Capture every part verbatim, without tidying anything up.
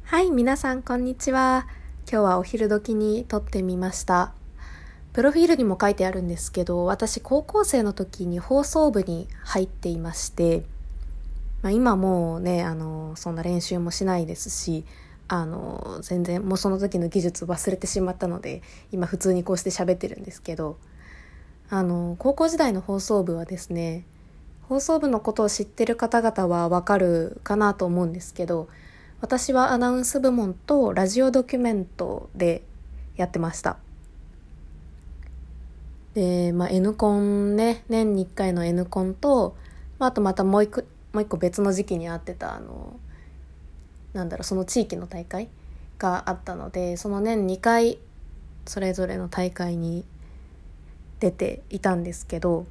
はい、皆さんこんにちは。今日はお昼時に撮ってみました。プロフィールにも書いてあるんですけど、私高校生の時に放送部に入っていまして、まあ、今もうね、あの、そんな練習もしないですし、あの、全然もうその時の技術忘れてしまったので、今普通にこうして喋ってるんですけど、あの、高校時代の放送部はですね、放送部のことを知ってる方々はわかるかなと思うんですけど、私はアナウンス部門とラジオドキュメントでやってました。で、まあ、N コンね、年にいっかいの N コンと、まあ、あとまたもう一個、もう一個別の時期にあってた、あの、なんだろう、その地域の大会があったので、その年にかい、それぞれの大会に出ていたんですけど、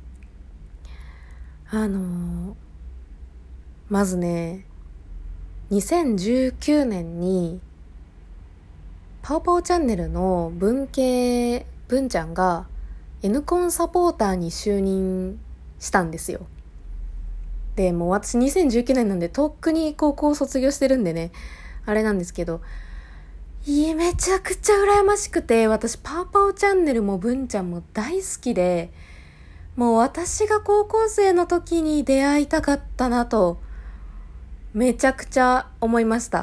あの、まずね、にせんじゅうきゅうねんにパオパオチャンネルの文系文ちゃんが N コンサポーターに就任したんですよ。で、もう私にせんじゅうきゅうねんなんでとっくに高校を卒業してるんでね、あれなんですけど、いやめちゃくちゃ羨ましくて、私パオパオチャンネルも文ちゃんも大好きで、もう私が高校生の時に出会いたかったなとめちゃくちゃ思いました。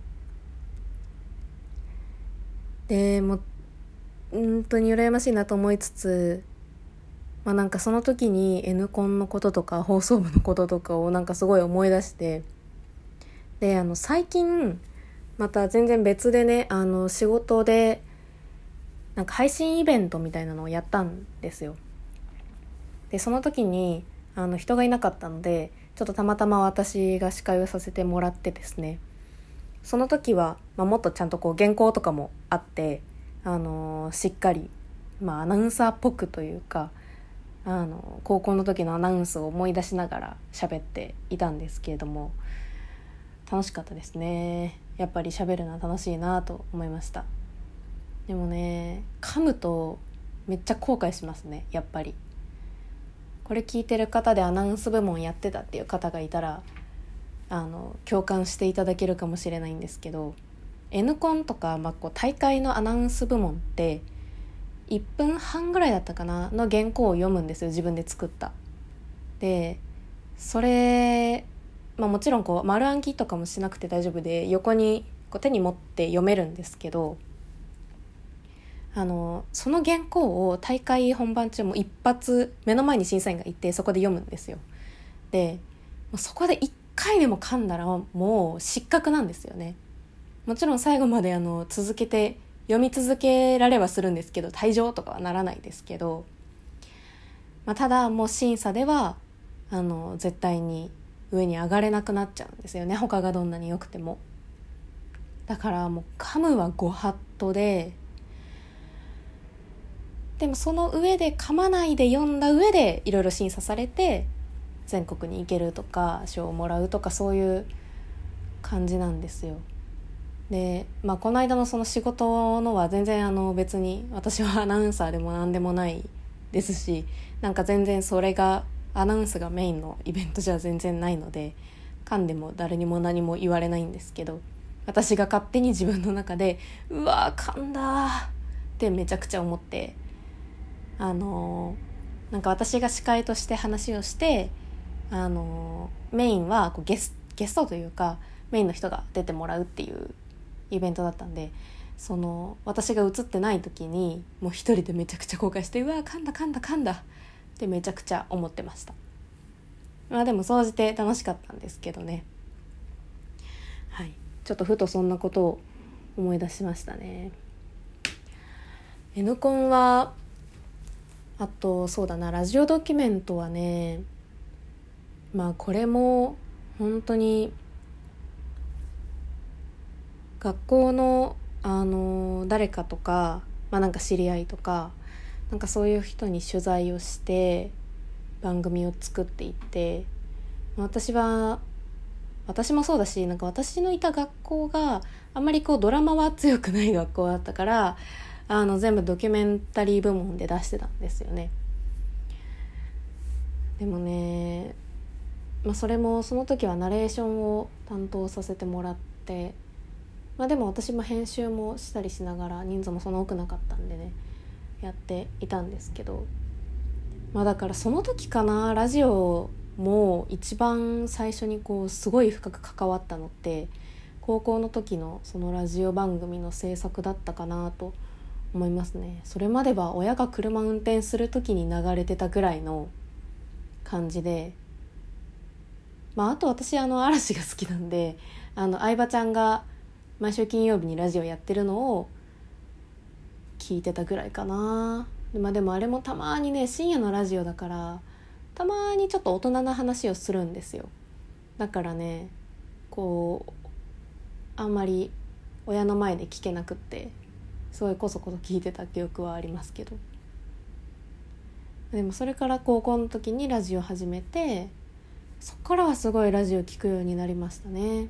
でもう本当に羨ましいなと思いつつ、まあなんかその時に N コンのこととか放送部のこととかをなんかすごい思い出して、であの最近また全然別でね、あの仕事でなんか配信イベントみたいなのをやったんですよ。でその時にあの人がいなかったので、ちょっとたまたま私が司会をさせてもらってですね、その時は、まあ、もっとちゃんとこう原稿とかもあって、あのーしっかり、まあ、アナウンサーっぽくというか、あの高校の時のアナウンスを思い出しながら喋っていたんですけれども、楽しかったですね。やっぱり喋るのは楽しいなと思いました。でもね、噛むとめっちゃ後悔しますね。やっぱりこれ聞いてる方でアナウンス部門やってたっていう方がいたら、あの共感していただけるかもしれないんですけど、 N コンとか、まあ、こう大会のアナウンス部門っていっぷんはんぐらいだったかなの原稿を読むんですよ、自分で作った。でそれ、まあ、もちろんこう丸暗記とかもしなくて大丈夫で、横にこう手に持って読めるんですけど、あのその原稿を大会本番中も一発目の前に審査員がいて、そこで読むんですよ。でそこでいっかいでも噛んだらもう失格なんですよね。もちろん最後まであの続けて読み続けられはするんですけど、退場とかはならないですけど、まあ、ただもう審査ではあの絶対に上に上がれなくなっちゃうんですよね、他がどんなに良くても。だからもう噛むはご法度で、でもその上で噛まないで読んだ上でいろいろ審査されて全国に行けるとか賞をもらうとか、そういう感じなんですよ。で、まあ、この間のその仕事のは全然あの別に私はアナウンサーでも何でもないですし、なんか全然それがアナウンスがメインのイベントじゃ全然ないので、噛んでも誰にも何も言われないんですけど、私が勝手に自分の中でうわー噛んだってめちゃくちゃ思って、あのなんか私が司会として話をして、あのメインはこうゲス、ゲストというかメインの人が出てもらうっていうイベントだったんで、その私が映ってない時にもう一人でめちゃくちゃ後悔して、うわ噛んだ噛んだ噛んだってめちゃくちゃ思ってました。まあでも総じて楽しかったんですけどね。はい、ちょっとふとそんなことを思い出しましたね。 N コンはあとそうだな、ラジオドキュメントはね、まあこれも本当に学校のあの誰かとか、まあなんか知り合いとか、なんかそういう人に取材をして番組を作っていって、私は私もそうだし、なんか私のいた学校があんまりこうドラマは強くない学校だったから、あの全部ドキュメンタリー部門で出してたんですよね。でもね、まあ、それもその時はナレーションを担当させてもらって、 まあでも私も編集もしたりしながら、人数もそんな多くなかったんでねやっていたんですけど、まあだからその時かな、ラジオも一番最初にこうすごい深く関わったのって高校の時のそのラジオ番組の制作だったかなと思いますね。それまでは親が車運転する時に流れてたぐらいの感じで、まああと私あの嵐が好きなんで、あの相葉ちゃんが毎週金曜日にラジオやってるのを聞いてたぐらいかな。まあでもあれもたまにね、深夜のラジオだからたまにちょっと大人な話をするんですよ。だからね、こうあんまり親の前で聞けなくって、すごいこそこそ聞いてた記憶はありますけど、でもそれから高校の時にラジオ始めて、そっからはすごいラジオ聞くようになりましたね。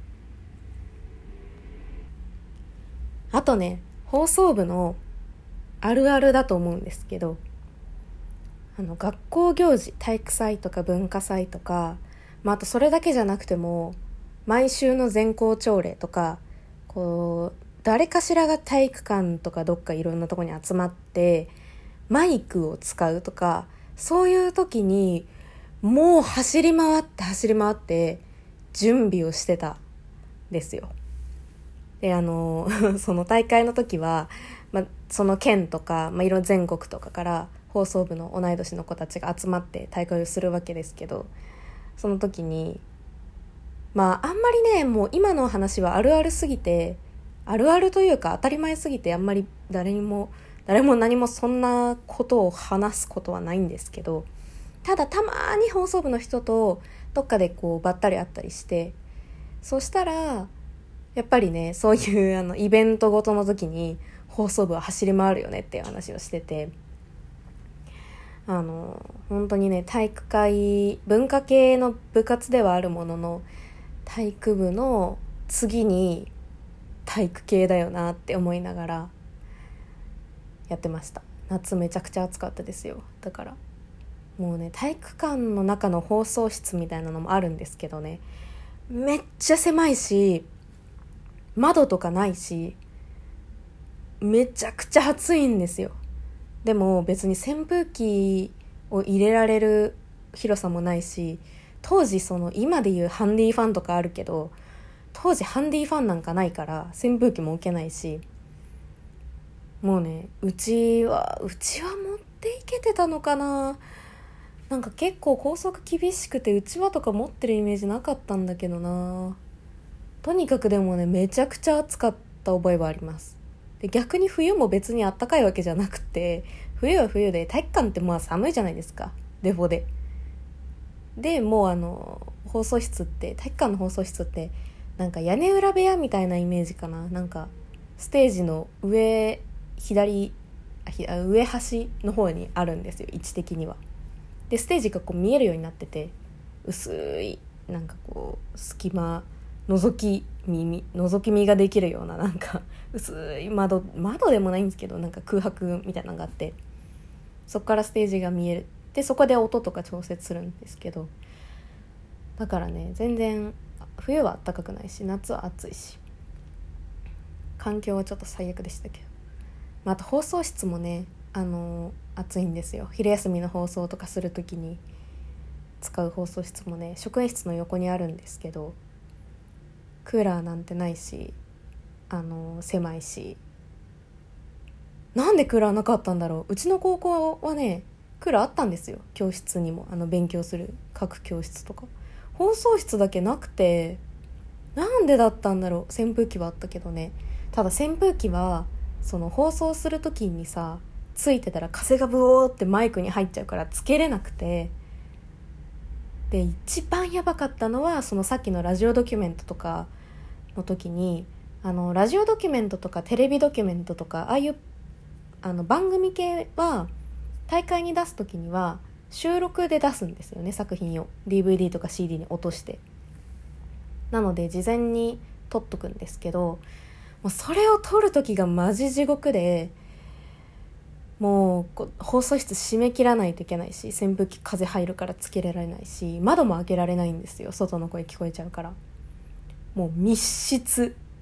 あとね、放送部のあるあるだと思うんですけど、あの学校行事、体育祭とか文化祭とか、まあ、あとそれだけじゃなくても毎週の全校朝礼とか、こう誰かしらが体育館とかどっかいろんなとこに集まってマイクを使うとか、そういう時にもう走り回って走り回って準備をしてたんですよ。であのその大会の時は、まあ、その県とか、まあ、いろ全国とかから放送部の同い年の子たちが集まって大会をするわけですけど、その時にまああんまりね、もう今の話はあるあるすぎて、あるあるというか当たり前すぎて、あんまり誰にも誰も何もそんなことを話すことはないんですけど、ただたまに放送部の人とどっかでこうばったり会ったりして、そしたらやっぱりね、そういうあのイベントごとの時に放送部は走り回るよねっていう話をしてて、あの本当にね、体育会文化系の部活ではあるものの、体育部の次に体育系だよなって思いながらやってました。夏めちゃくちゃ暑かったですよ。だからもうね、体育館の中の放送室みたいなのもあるんですけどね、めっちゃ狭いし窓とかないしめちゃくちゃ暑いんですよ。でも別に扇風機を入れられる広さもないし、当時その今でいうハンディファンとかあるけど、当時ハンディファンなんかないから扇風機も置けないし、もうね、うちはうちは持っていけてたのかな。なんか結構校則厳しくてうちわとか持ってるイメージなかったんだけどな。とにかくでもね、めちゃくちゃ暑かった覚えはあります。で逆に冬も別にあったかいわけじゃなくて、冬は冬で体育館ってまあ寒いじゃないですか、デフォで。でもうあの放送室って体育館の放送室ってなんか屋根裏部屋みたいなイメージかな。なんかステージの上左あ上端の方にあるんですよ、位置的には。でステージがこう見えるようになってて、薄いなんかこう隙間覗き耳覗き見ができるような、なんか薄い窓窓でもないんですけど、なんか空白みたいなのがあって、そこからステージが見える。でそこで音とか調節するんですけど、だからね、全然冬は暖かくないし夏は暑いし、環境はちょっと最悪でしたけど、まあ、あと放送室もね、あのー、暑いんですよ。昼休みの放送とかするときに使う放送室もね、職員室の横にあるんですけど、クーラーなんてないし、あのー、狭いし、なんでクーラーなかったんだろう。うちの高校はね、クーラーあったんですよ、教室にも。あの勉強する各教室とか。放送室だけなくて、なんでだったんだろう。扇風機はあったけどね。ただ扇風機はその放送する時にさ、ついてたら風がブオーってマイクに入っちゃうからつけれなくて、で一番やばかったのはそのさっきのラジオドキュメントとかの時に、あのラジオドキュメントとかテレビドキュメントとか、ああいうあの番組系は大会に出す時には収録で出すんですよね、作品を ディーブイディー とか シーディー に落として。なので事前に撮っとくんですけど、もうそれを撮る時がマジ地獄で、もうこう放送室閉め切らないといけないし、扇風機風入るからつけられないし、窓も開けられないんですよ、外の声聞こえちゃうから。もう密室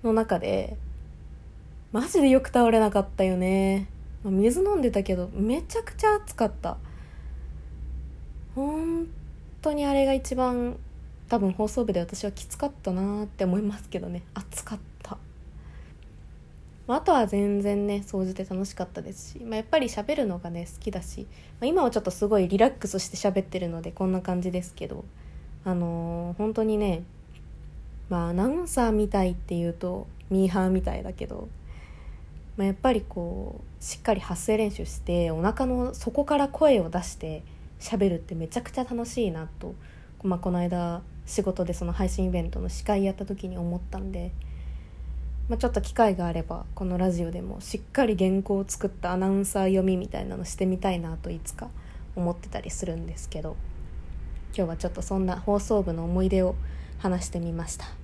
の中でマジでよく倒れなかったよね。水飲んでたけどめちゃくちゃ暑かった。本当にあれが一番多分放送部で私はきつかったなって思いますけどね。暑かった。あとは全然ね掃除で楽しかったですし、まあ、やっぱり喋るのがね好きだし、まあ、今はちょっとすごいリラックスして喋ってるのでこんな感じですけど、あのー、本当にね、まあアナウンサーみたいっていうとミーハーみたいだけど、まあ、やっぱりこうしっかり発声練習してお腹の底から声を出して喋るってめちゃくちゃ楽しいなと、まあ、この間仕事でその配信イベントの司会やった時に思ったんで、まあ、ちょっと機会があればこのラジオでもしっかり原稿を作ったアナウンサー読みみたいなのしてみたいなといつか思ってたりするんですけど、今日はちょっとそんな放送部の思い出を話してみました。